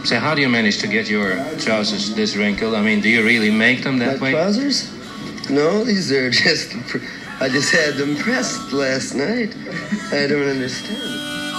So how do you manage to get your trousers this wrinkled? I mean, do you really make them that way? My trousers? No, these are just... I just had them pressed last night. I don't understand.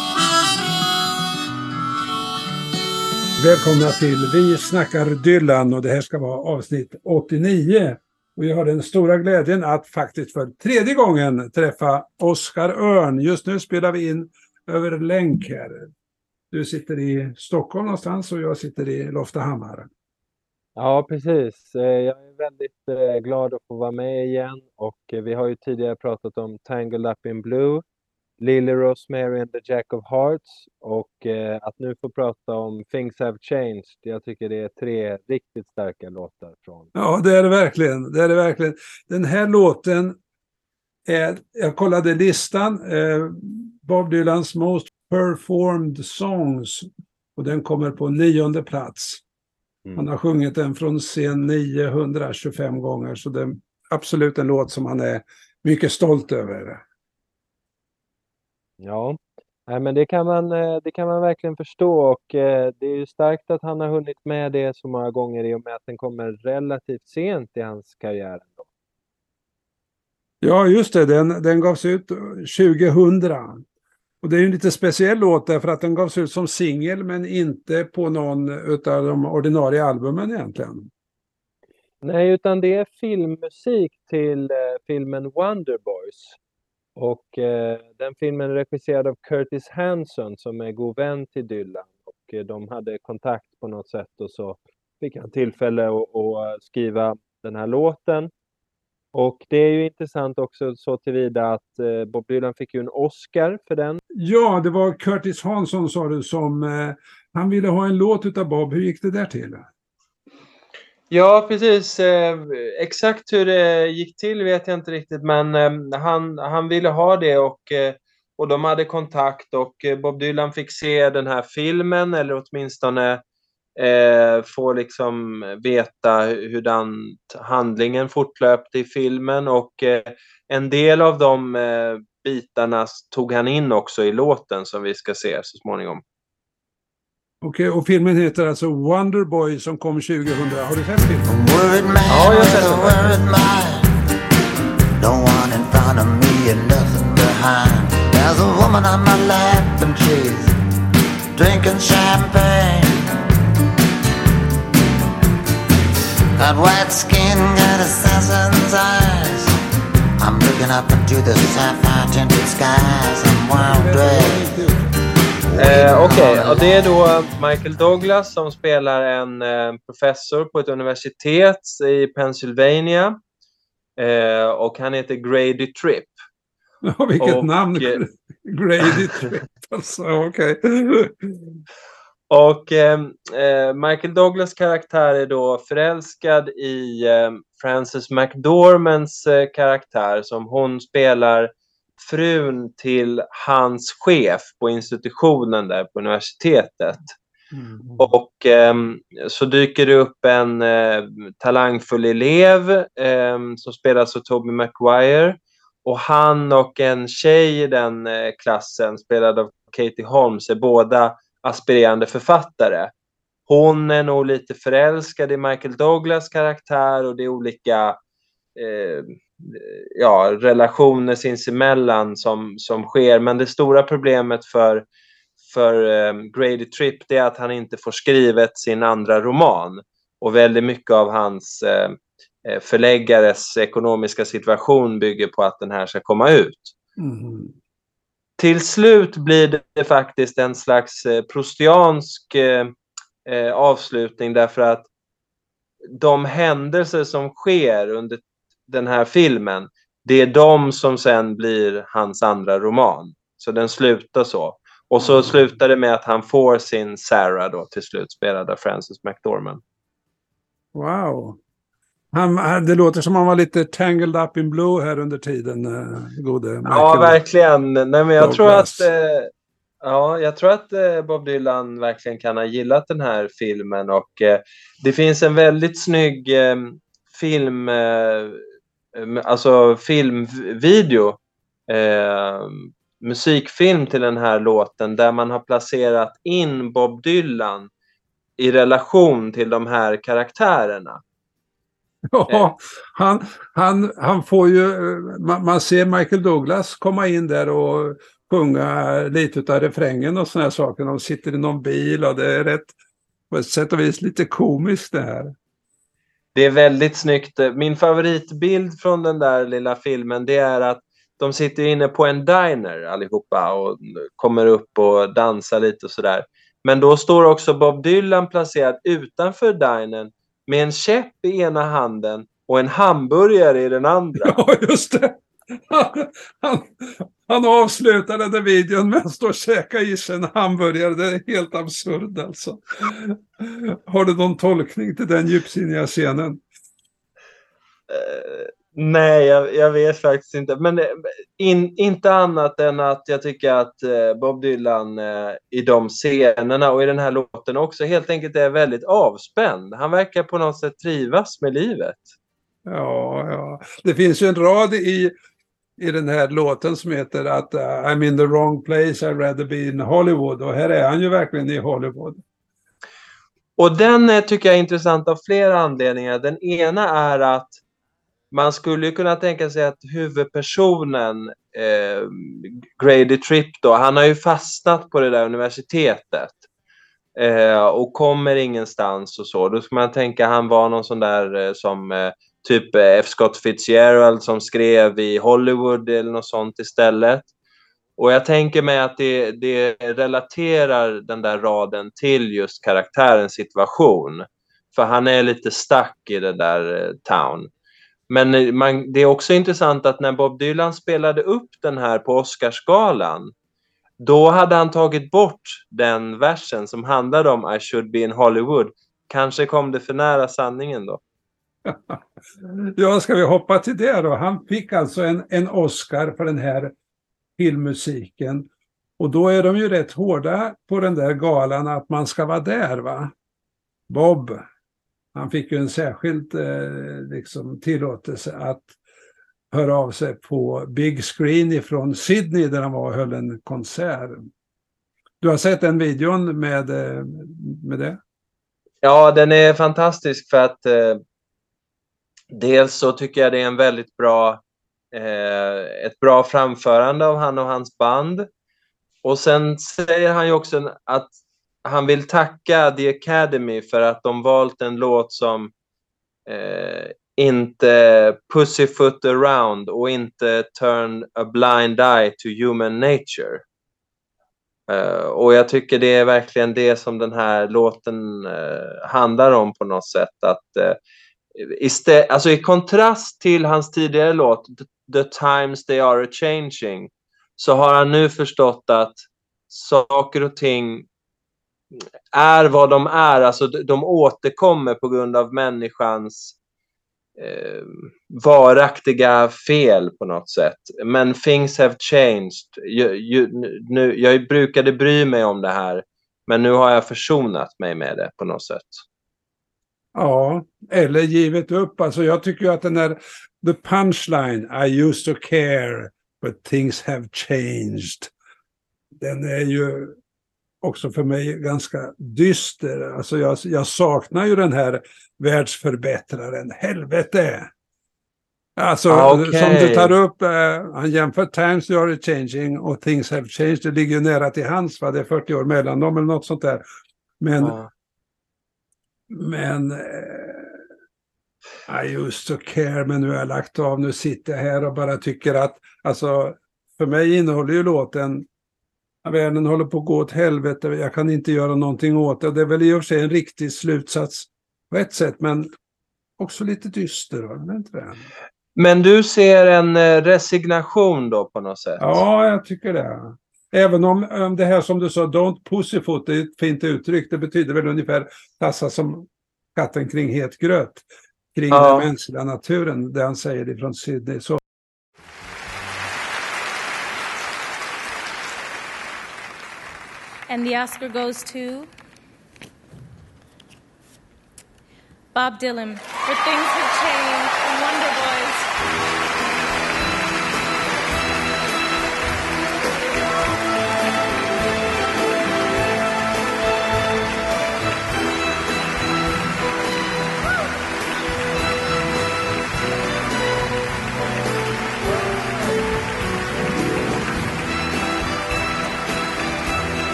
Välkomna till Vi snackar Dylan och det här ska vara avsnitt 89. Och jag har den stora glädjen att faktiskt för tredje gången träffa Oskar Örn. Just nu spelar vi in över länk här. Du sitter i Stockholm någonstans och jag sitter i Loftahammar. Ja, precis. Jag är väldigt glad att få vara med igen. Och vi har ju tidigare pratat om Tangled Up in Blue, Lily Rosemary and the Jack of Hearts. Och att nu få prata om Things Have Changed. Jag tycker det är 3 riktigt starka låtar från. Ja, det är det verkligen. Det är det verkligen. Den här låten är, jag kollade listan, Bob Dylans Most Performed Songs. Och den kommer på 9:e plats. Han har sjungit den från scen 925 gånger. Så det är absolut en låt som han är mycket stolt över. Ja, nej, men det kan man verkligen förstå. Och det är ju starkt att han har hunnit med det så många gånger i och med att den kommer relativt sent i hans karriär ändå. Ja, just det. Den gavs ut 2000. Och det är ju en lite speciell låt därför att den gavs ut som singel men inte på någon utav de ordinarie albumen egentligen. Nej, utan det är filmmusik till filmen Wonder Boys. Och den filmen är regisserad av Curtis Hanson som är god vän till Dylan. Och de hade kontakt på något sätt och så fick han tillfälle att skriva den här låten. Och det är ju intressant också så tillvida att Bob Dylan fick ju en Oscar för den. Ja, det var Curtis Hanson sa du som han ville ha en låt utav Bob. Hur gick det där till? Ja, precis. Exakt hur det gick till vet jag inte riktigt. Men han ville ha det och de hade kontakt. Och Bob Dylan fick se den här filmen eller åtminstone få liksom veta hur handlingen fortlöpte i filmen. Och en del av de bitarna tog han in också i låten som vi ska se så småningom. Okej, och filmen heter alltså Wonder Boy som kom 2000. Har du sett filmen? Ja, jag har sett den. No one in front of me and nothing behind. There's a woman on my lap and she's drinking champagne. Got white skin, got assassin's eyes. I'm looking up into the sapphire tinted skies. I'm wondering. Okej, och det är då Michael Douglas som spelar en professor på ett universitet i Pennsylvania. Och han heter Grady Tripp. Ja, vilket namn! Grady Tripp, alltså, okej. Och Michael Douglas karaktär är då förälskad i Frances McDormands karaktär som hon spelar frun till hans chef på institutionen där på universitetet. Och så dyker det upp en talangfull elev som spelas av Tobey Maguire. Och han och en tjej i den klassen spelad av Katie Holmes är båda aspirerande författare. Hon är nog lite förälskad i Michael Douglas karaktär och det är olika relationer sinsemellan som sker. Men det stora problemet för Grady Tripp det är att han inte får skrivet sin andra roman. Och väldigt mycket av hans förläggares ekonomiska situation bygger på att den här ska komma ut. Till slut blir det faktiskt en slags proustiansk avslutning därför att de händelser som sker under den här filmen, det är de som sen blir hans andra roman. Så den slutar så. Och så slutar det med att han får sin Sarah då till slut spelad av Frances McDormand. Wow. Det låter som han var lite tangled up in blue här under tiden, gode Michael. Ja, verkligen. Nej, men jag tror att Bob Dylan verkligen kan ha gillat den här filmen och det finns en väldigt snygg filmvideo, musikfilm till den här låten där man har placerat in Bob Dylan i relation till de här karaktärerna. Ja, han får ju, man ser Michael Douglas komma in där och sjunga lite av refrängen och såna här saker. De sitter i någon bil och det är rätt, på ett sätt och vis lite komiskt det här. Det är väldigt snyggt. Min favoritbild från den där lilla filmen, det är att de sitter inne på en diner allihopa och kommer upp och dansar lite och sådär. Men då står också Bob Dylan placerad utanför dinern med en käpp i ena handen och en hamburgare i den andra. Ja, just det. Han avslutade den videon med att stå och käka i sig en hamburgare. Det är helt absurd alltså. Har du någon tolkning till den djupsinniga scenen? Nej, jag vet faktiskt inte. Men inte annat än att jag tycker att Bob Dylan i de scenerna och i den här låten också helt enkelt är väldigt avspänd. Han verkar på något sätt trivas med livet. Ja. Det finns ju en rad i den här låten som heter att I'm in the wrong place, I'd rather be in Hollywood. Och här är han ju verkligen i Hollywood. Och den tycker jag är intressant av flera anledningar. Den ena är att man skulle kunna tänka sig att huvudpersonen, Grady Tripp då, han har ju fastnat på det där universitetet och kommer ingenstans och så. Då ska man tänka att han var någon sån där som typ F. Scott Fitzgerald som skrev i Hollywood eller något sånt istället. Och jag tänker mig att det relaterar den där raden till just karaktärens situation. För han är lite stack i det där town. Men det är också intressant att när Bob Dylan spelade upp den här på Oscarsgalan, då hade han tagit bort den versen som handlade om I should be in Hollywood. Kanske kom det för nära sanningen då. Ja, ska vi hoppa till det då? Han fick alltså en Oscar för den här filmmusiken. Och då är de ju rätt hårda på den där galan att man ska vara där, va? Bob, han fick ju en särskild tillåtelse att höra av sig på Big Screen ifrån Sydney där han var och höll en konsert. Du har sett den videon med det? Ja, den är fantastisk för att dels så tycker jag det är en väldigt bra ett bra framförande av han och hans band. Och sen säger han ju också att han vill tacka The Academy för att de valt en låt som inte pussyfoot around och inte turn a blind eye to human nature. Och jag tycker det är verkligen det som den här låten handlar om på något sätt. Att alltså i kontrast till hans tidigare låt The Times They Are A-Changing, så har han nu förstått att saker och ting är vad de är. Alltså de återkommer på grund av människans varaktiga fel på något sätt. Men things have changed. Jag brukade bry mig om det här, men nu har jag försonat mig med det på något sätt. Ja, eller givet upp. Alltså jag tycker ju att den där the punchline, I used to care but things have changed, den är ju också för mig ganska dyster. Alltså jag saknar ju den här världsförbättraren. Helvete! Alltså som du tar upp, han jämför times they are changing och things have changed. Det ligger ju nära till hands, va? Det är 40 år mellan dem eller något sånt där. Men I used to care, men nu har jag lagt av. Nu sitter jag här och bara tycker att, alltså för mig innehåller ju låten världen håller på att gå åt helvete, jag kan inte göra någonting åt det. Det är väl i och för sig en riktig slutsats på ett sätt, men också lite dyster, va? Inte det? Men du ser en resignation då på något sätt? Ja, jag tycker det. Även om det här som du sa, don't pussyfoot, det är ett fint uttryck. Det betyder väl ungefär tassa som katten kring het gröt. Kring den mänskliga naturen, det han säger ifrån Sydney. Så. And the Oscar goes to Bob Dylan for Things Have Changed and Wonder Boys.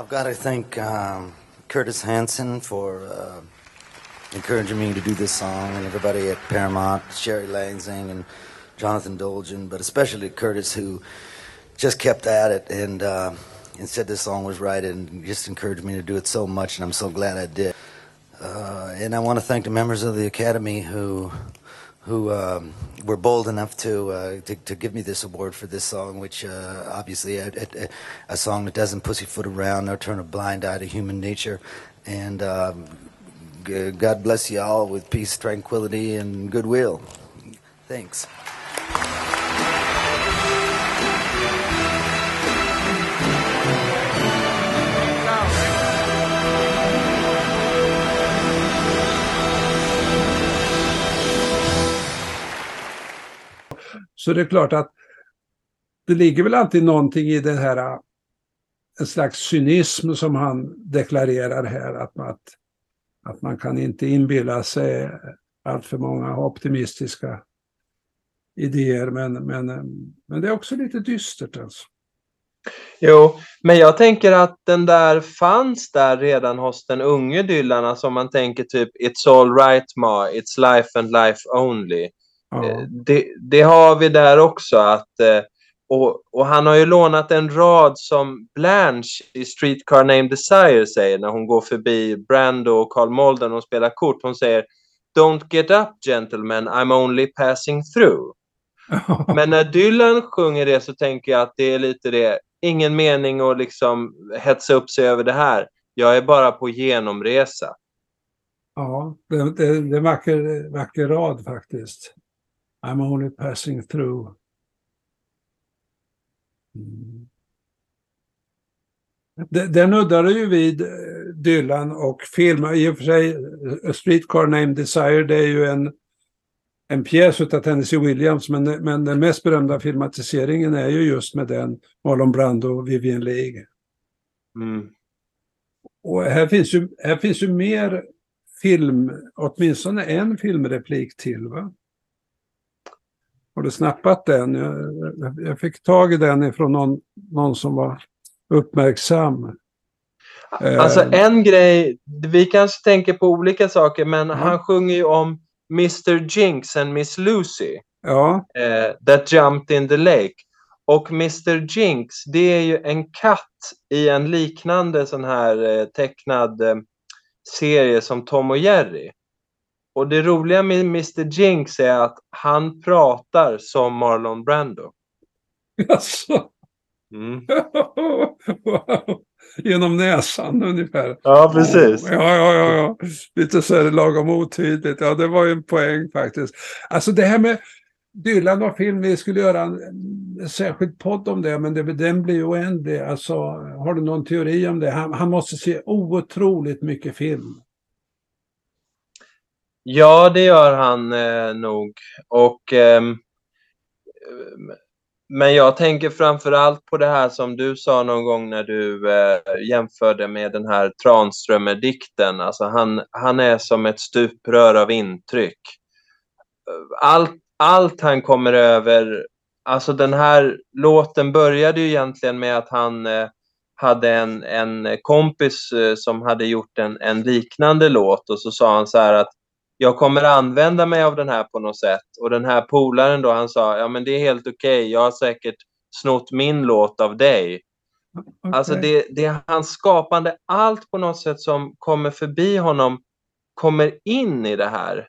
Got to thank Curtis Hanson for encouraging me to do this song, and everybody at Paramount, Sherry Lansing and Jonathan Dolgen, but especially Curtis, who just kept at it and said this song was right and just encouraged me to do it so much, and I'm so glad I did. And I want to thank the members of the Academy who were bold enough to give me this award for this song, which obviously a song that doesn't pussyfoot around or turn a blind eye to human nature. And God bless you all with peace, tranquility, and goodwill. Thanks. Så det är klart att det ligger väl alltid någonting i den här, en slags cynism som han deklarerar här, att man kan inte inbilla sig allt för många optimistiska idéer, men det är också lite dystert alltså. Jo, men jag tänker att den där fanns där redan hos den unge Dylan, alltså om man tänker typ It's all right ma, it's life and life only. Ja. Det har vi där också, att och han har ju lånat en rad som Blanche i Streetcar Named Desire säger när hon går förbi Brando och Carl Malden och spelar kort. Hon säger "Don't get up gentlemen, I'm only passing through." Men när Dylan sjunger det så tänker jag att det är lite det, ingen mening att liksom hetsa upp sig över det här. Jag är bara på genomresa. Ja, det är en vacker rad faktiskt. I'm only passing through. Det nuddade ju vid Dylan och film. I och för sig, A Streetcar Named Desire, det är ju en pjäs av Tennessee Williams, men den mest berömda filmatiseringen är ju just med den Marlon Brando och Vivien Leigh. Och här finns ju mer film, åtminstone en filmreplik till, va? Har du snappat den? Jag fick tag i den ifrån någon som var uppmärksam. Alltså en grej, vi kanske tänker på olika saker, men han sjunger ju om Mr. Jinx and Miss Lucy. Ja. That jumped in the lake. Och Mr. Jinx, det är ju en katt i en liknande sån här tecknad serie som Tom och Jerry. Och det roliga med Mr. Jinx är att han pratar som Marlon Brando. Jaså? Wow. Genom näsan ungefär. Ja, precis. Ja. Lite så är det lagom otydligt. Ja, det var ju en poäng faktiskt. Alltså det här med Dylan och film, vi skulle göra en särskild podd om det, men den blir ju oändlig. Alltså, har du någon teori om det? Han måste se otroligt mycket film. Ja, det gör han nog. Och men jag tänker framförallt på det här som du sa någon gång när du jämförde med den här Tranströmer-dikten. Alltså han är som ett stuprör av intryck. Allt han kommer över, alltså den här låten började ju egentligen med att han hade en kompis som hade gjort en liknande låt, och så sa han så här att jag kommer använda mig av den här på något sätt. Och den här polaren då, han sa, ja men det är helt okej. Jag har säkert snott min låt av dig. Okay. Alltså det är hans skapande, allt på något sätt som kommer förbi honom kommer in i det här.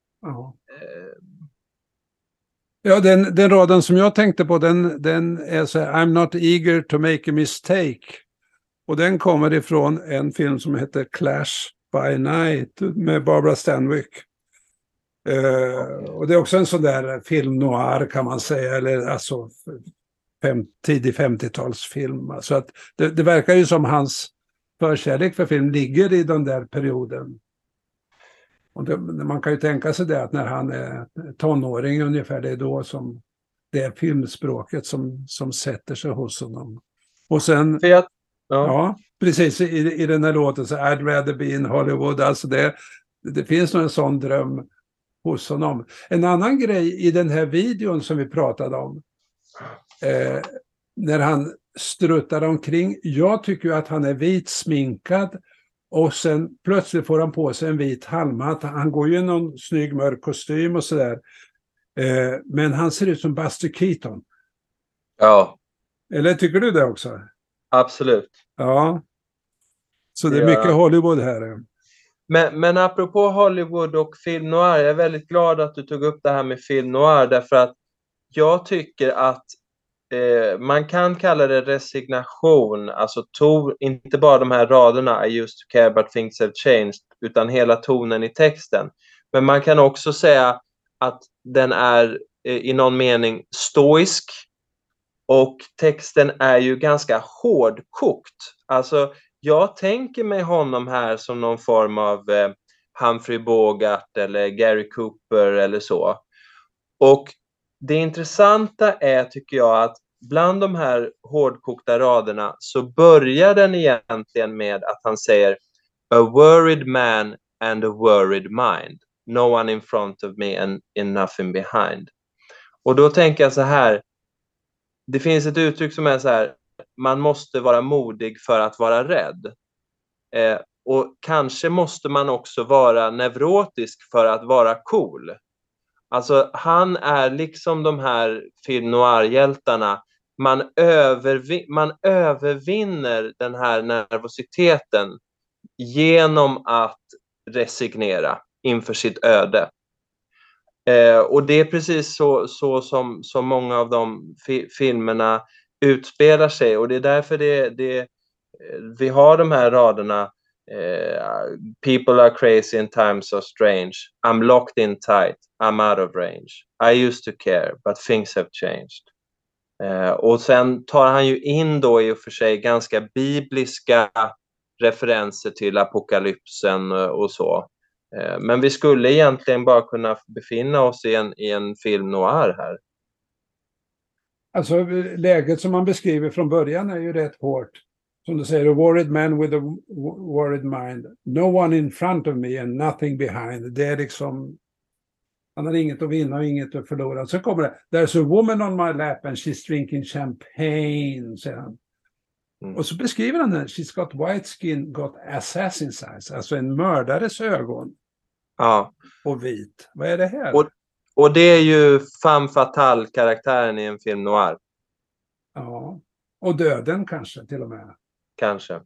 Ja, den raden som jag tänkte på, den är så här, I'm not eager to make a mistake. Och den kommer ifrån en film som heter Clash by Night med Barbara Stanwyck. Och det är också en sån där film noir kan man säga, eller alltså tidig 50-talsfilm. Så att det verkar ju som hans förkärlek för film ligger i den där perioden. Och man kan ju tänka sig det att när han är tonåring ungefär, det är då som det är filmspråket som sätter sig hos honom. Och sen... Ja, precis i den här låten så I'd rather be in Hollywood, alltså det finns nog en sån dröm hos honom. En annan grej i den här videon som vi pratade om, när han struttar omkring. Jag tycker ju att han är vit sminkad och sen plötsligt får han på sig en vit halmhatt. Han går ju i någon snygg mörk kostym och sådär. Men han ser ut som Buster Keaton. Ja, Eller tycker du det också? absolut. Ja. Så det är Det gör mycket han. Hollywood här. Men apropå Hollywood och film noir, jag är väldigt glad att du tog upp det här med film noir, därför att jag tycker att man kan kalla det resignation, alltså inte bara de här raderna I used to care but things have changed, utan hela tonen i texten. Men man kan också säga att den är i någon mening stoisk, och texten är ju ganska hårdkokt. Alltså jag tänker mig honom här som någon form av Humphrey Bogart eller Gary Cooper eller så. Och det intressanta är, tycker jag, att bland de här hårdkokta raderna så börjar den egentligen med att han säger a worried man and a worried mind. No one in front of me and nothing behind. Och då tänker jag så här, det finns ett uttryck som är så här, man måste vara modig för att vara rädd. Och kanske måste man också vara neurotisk för att vara cool. Alltså han är liksom de här film noir-hjältarna. Man övervinner den här nervositeten genom att resignera inför sitt öde. Och det är precis så som många av de filmerna utspelar sig. Och det är därför vi har de här raderna. People are crazy and times are strange. I'm locked in tight. I'm out of range. I used to care, but things have changed. Och sen tar han ju in då i och för sig ganska bibliska referenser till apokalypsen och så. Men vi skulle egentligen bara kunna befinna oss i en film noir här. Alltså läget som man beskriver från början är ju rätt hårt. Som du säger, a worried man with a worried mind. No one in front of me and nothing behind. Det är liksom, han har inget att vinna och inget att förlora. Så kommer det, there's a woman on my lap and she's drinking champagne, säger han. Och så beskriver han den, she's got white skin, got assassin's eyes. Alltså en mördares ögon. Ja. Och vit. Vad är det här? Och det är ju femme fatale-karaktären i en film noir. Ja. Och döden kanske till och med. Kanske.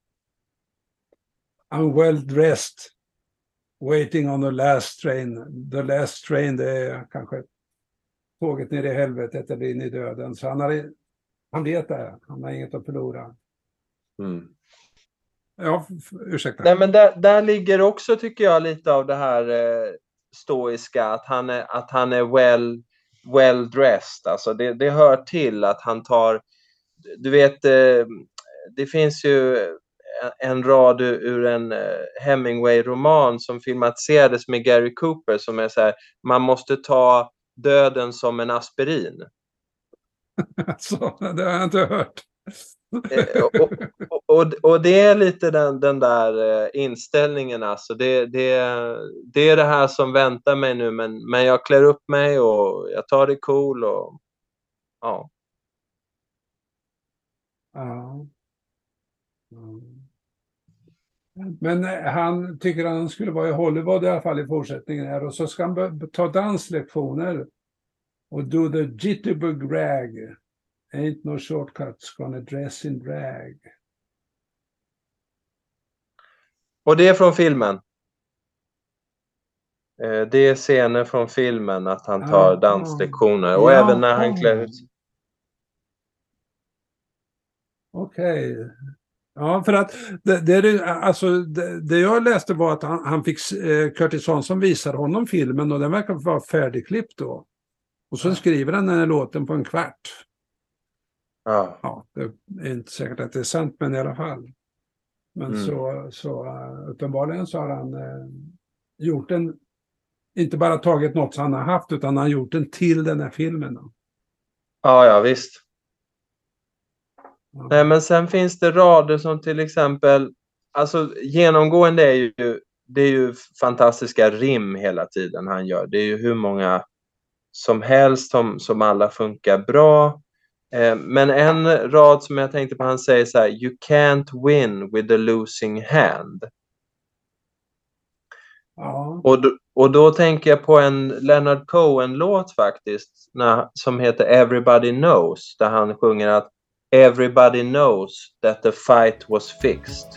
I'm well dressed. Waiting on the last train. The last train, det är kanske tåget ner i helvetet eller in i döden. Så han vet det. Han har inget att förlora. Mm. Ja, ursäkta. Nej, men där ligger också, tycker jag, lite av det här stoiska. Att han är well dressed. Alltså det hör till att han tar... Du vet, det finns ju en rad ur en Hemingway-roman som filmatiserades med Gary Cooper som är så här, man måste ta döden som en aspirin. Så, det har jag inte hört. Och det är lite den där inställningen, alltså. Det är det här som väntar mig nu, men jag klär upp mig och jag tar det cool och ja. Ja. Men han tycker att han skulle vara i Hollywood i alla fall i fortsättningen här, och så ska han ta danslektioner och do the jitterbug rag. Ain't no shortcuts, gonna dress in drag. Och det är från filmen. Det är scener från filmen att han tar danslektioner och även när han klär ut. Okej. Ja, för att det jag läste var att han fick Curtis Hanson visar honom filmen och den verkar vara färdigklippt då. Och så skriver han den här låten på en kvart. Ja, det är inte säkert att det är sant, men i alla fall. Men så uppenbarligen så har han gjort en, inte bara tagit något som han har haft, utan han har gjort den till den här filmen då. Ja, visst. Nej, men sen finns det rader som till exempel, alltså genomgående det är ju fantastiska rim hela tiden han gör. Det är ju hur många som helst som alla funkar bra. Men en rad som jag tänkte på, han säger så här: You can't win with a losing hand. Ja. Och då tänker jag på en Leonard Cohen-låt faktiskt, som heter Everybody Knows, där han sjunger att Everybody knows that the fight was fixed.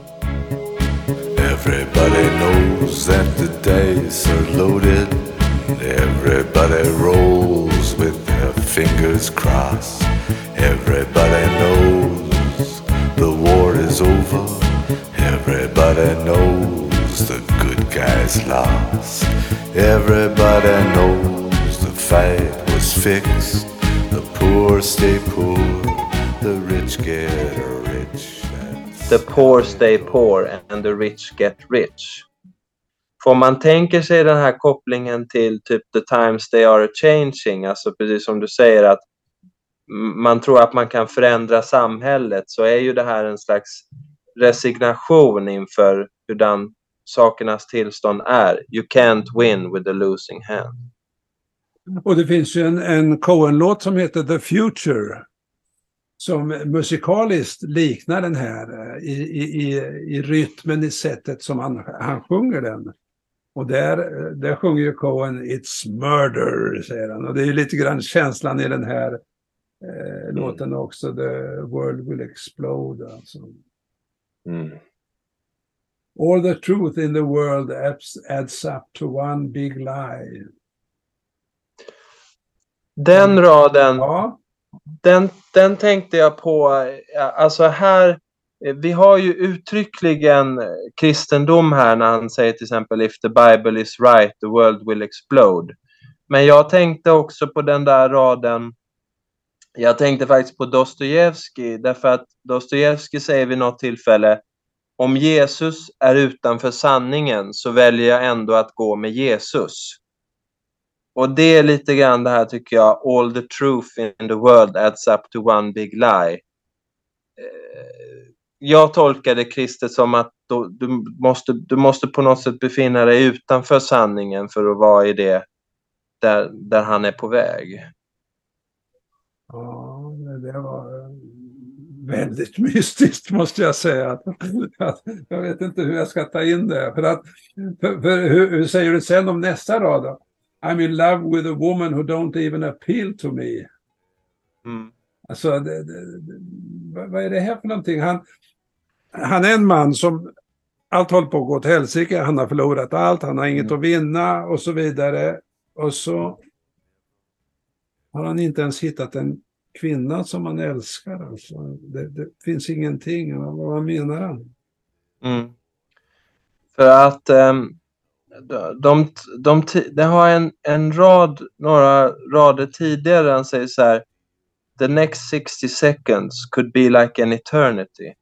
Everybody knows that the dice are loaded. Everybody rolls with their fingers crossed. Everybody knows the war is over. Everybody knows the good guys lost. Everybody knows the fight was fixed. The poor stay poor, the rich get rich. The poor stay poor and the rich get rich. Får man tänker sig den här kopplingen till typ the times they are changing, alltså precis som du säger att man tror att man kan förändra samhället, så är ju det här en slags resignation inför hur den sakernas tillstånd är. You can't win with a losing hand. Och det finns ju en Cohen-låt som heter The Future, som musikaliskt liknar den här i rytmen, i sättet som han sjunger den. Och där sjunger ju Cohen It's murder, säger han. Och det är ju lite grann känslan i den här låten också, The world will explode. Alltså. All the truth in the world adds up to one big lie. Den raden, ja. den tänkte jag på, alltså här, vi har ju uttryckligen kristendom här när han säger till exempel if the Bible is right, the world will explode. Men jag tänkte också på den där raden, jag tänkte faktiskt på Dostojevskij, därför att Dostojevskij säger vid något tillfälle: om Jesus är utanför sanningen så väljer jag ändå att gå med Jesus. Och det är lite grann det här, tycker jag, all the truth in the world adds up to one big lie. Jag tolkar det kristet som att du måste på något sätt befinna dig utanför sanningen för att vara i det där han är på väg. Ja, det var väldigt mystiskt, måste jag säga. Jag vet inte hur jag ska ta in det. Hur säger du sen om nästa rad då? I'm in love with a woman who don't even appeal to me. Alltså, vad är det här för någonting? Han är en man som allt håller på att gå till helsike. Han har förlorat allt, han har inget att vinna och så vidare. Och så har han inte ens hittat en kvinna som han älskar. Alltså. Det finns ingenting. Vad menar han? För att det har några rader tidigare, han säger så här: the next 60 seconds could be like an eternity.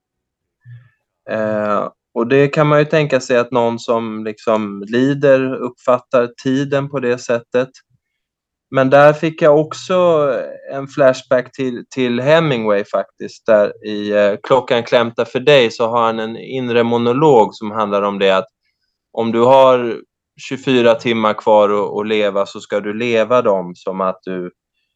Och det kan man ju tänka sig att någon som liksom lider uppfattar tiden på det sättet. Men där fick jag också en flashback till Hemingway faktiskt. Där i Klockan klämtar för dig så har han en inre monolog som handlar om det att om du har 24 timmar kvar att leva så ska du leva dem som att du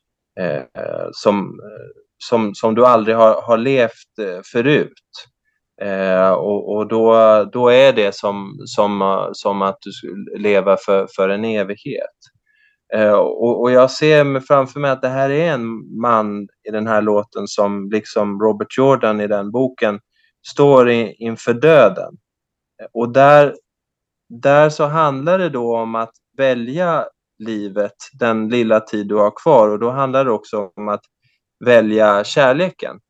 som du aldrig har levt förut. Och då är det som att du lever för en evighet. Och jag ser framför mig att det här är en man i den här låten som liksom Robert Jordan i den boken står inför döden. Och där så handlar det då om att välja livet den lilla tid du har kvar, och då handlar det också om att välja kärleken.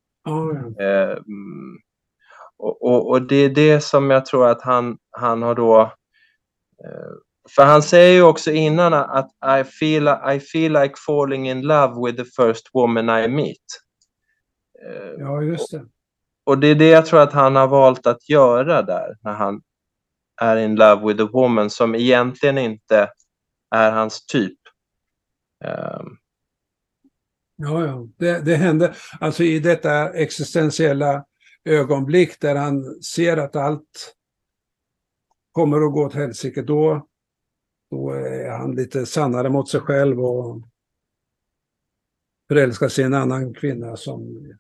Och det är det som jag tror att han har då, för han säger ju också innan att I feel like falling in love with the first woman I meet. Ja, just det. Och det är det jag tror att han har valt att göra där, när han är in love with a woman som egentligen inte är hans typ. Ja. Det hände alltså i detta existentiella ögonblick där han ser att allt kommer att gå åt helsike. Då är han lite sannare mot sig själv och förälskade sig i en annan kvinna som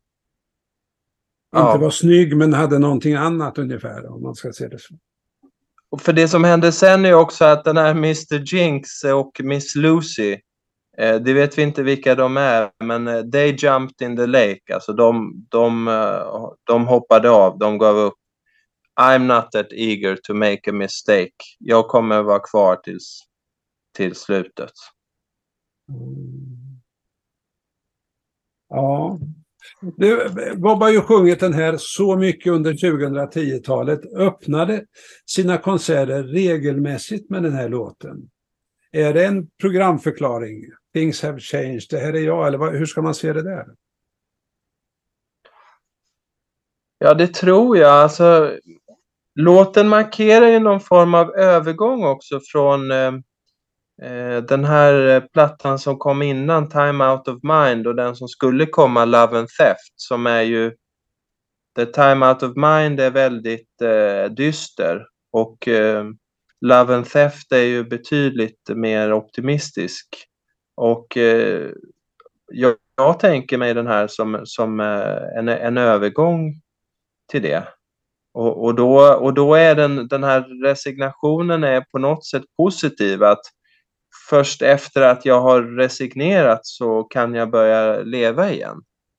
inte var snygg men hade någonting annat ungefär, om man ska se det så. Och för det som hände sen är också att den här Mr. Jinx och Miss Lucy, det vet vi inte vilka de är, men they jumped in the lake, alltså de hoppade av, de gav upp. I'm not that eager to make a mistake. Jag kommer vara kvar till slutet. Ja. Bob har ju sjungit den här så mycket under 2010-talet. Öppnade sina konserter regelmässigt med den här låten. Är det en programförklaring? Things have changed. Det här är jag, eller hur ska man se det där? Ja, det tror jag. Alltså, låten markerar ju någon form av övergång också från den här plattan som kom innan, Time Out of Mind, och den som skulle komma, Love and Theft, som är ju, The Time Out of Mind är väldigt dyster, och Love and Theft är ju betydligt mer optimistisk. Och jag tänker mig den här som en övergång till det. Och då är den här resignationen är på något sätt positiv, att först efter att jag har resignerat så kan jag börja leva igen.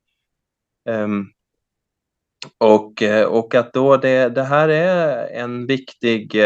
Och att då det här är en viktig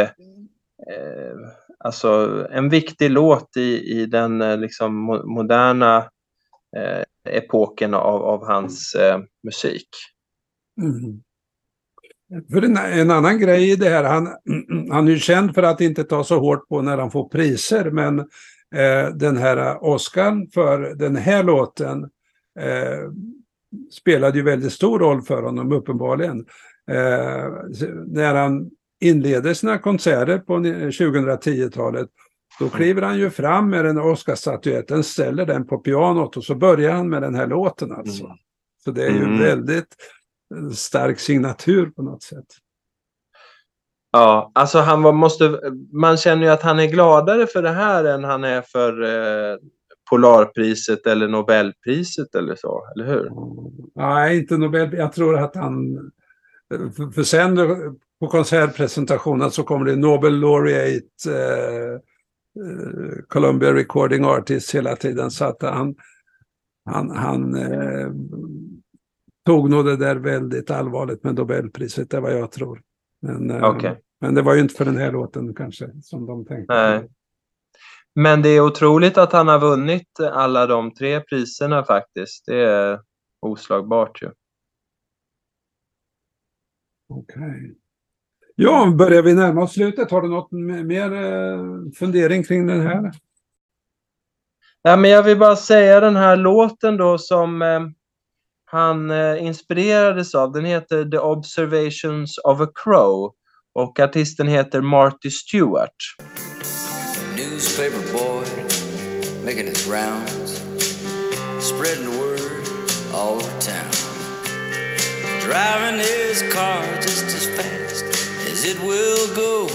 alltså en viktig låt i den liksom moderna epoken av hans musik. Mm. För en annan grej i det här, han är ju känd för att inte ta så hårt på när han får priser, men den här Oscar för den här låten spelade ju väldigt stor roll för honom uppenbarligen. När han inleder sina konserter på 2010-talet, då kliver han ju fram med den Oscar-statyetten, ställer den på pianot och så börjar han med den här låten alltså. Så det är ju väldigt stark signatur på något sätt. Ja, alltså man känner ju att han är gladare för det här än han är för Polarpriset eller Nobelpriset eller så, eller hur? Nej, inte Nobel. Jag tror att han, för sen på konsertpresentationen så kommer det Nobel Laureate, Columbia Recording Artist hela tiden, så att han tog nog det där väldigt allvarligt med Nobelpriset, det är vad jag tror. Men det var ju inte för den här låten kanske som de tänkte. Nej. Men det är otroligt att han har vunnit alla de 3 priserna faktiskt. Det är oslagbart ju. Okej. Ja, börjar vi närma oss slutet. Har du något mer fundering kring den här? Ja, men jag vill bara säga den här låten då som han inspirerades av. Den heter The Observations of a Crow och artisten heter Marty Stewart. Newspaper boy making his rounds, spreading the word all over town, driving his car just as fast as it will go.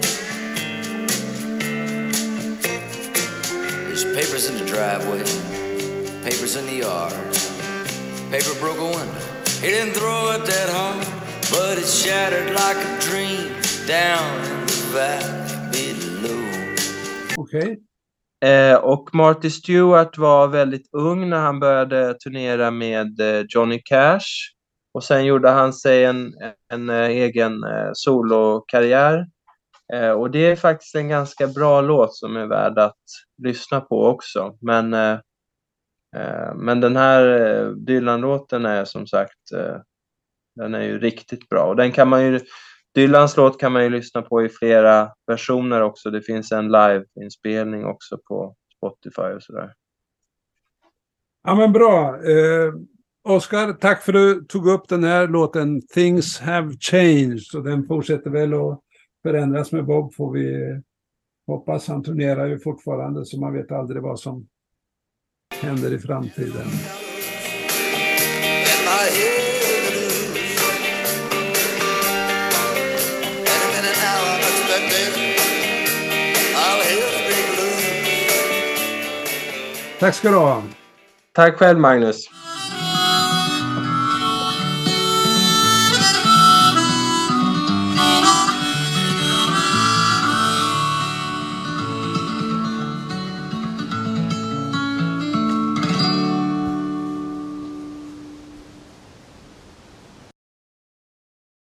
There's papers in the driveway, papers in the yard. Paper broke a window, he didn't throw it that hard, but it shattered like a dream down in the valley below. Okej. Och Marty Stewart var väldigt ung när han började turnera med Johnny Cash. Och sen gjorde han sig en egen solokarriär. Och det är faktiskt en ganska bra låt som är värd att lyssna på också. Men den här Dylan-låten är som sagt, den är ju riktigt bra. Och den kan man ju, Dylans låt kan man ju lyssna på i flera versioner också. Det finns en live-inspelning också på Spotify och sådär. Ja, men bra. Oskar, tack för att du tog upp den här låten Things Have Changed. Och den fortsätter väl att förändras med Bob, får vi hoppas. Han turnerar ju fortfarande, så man vet aldrig vad som händer i framtiden. Tack ska du ha. Tack själv, Magnus.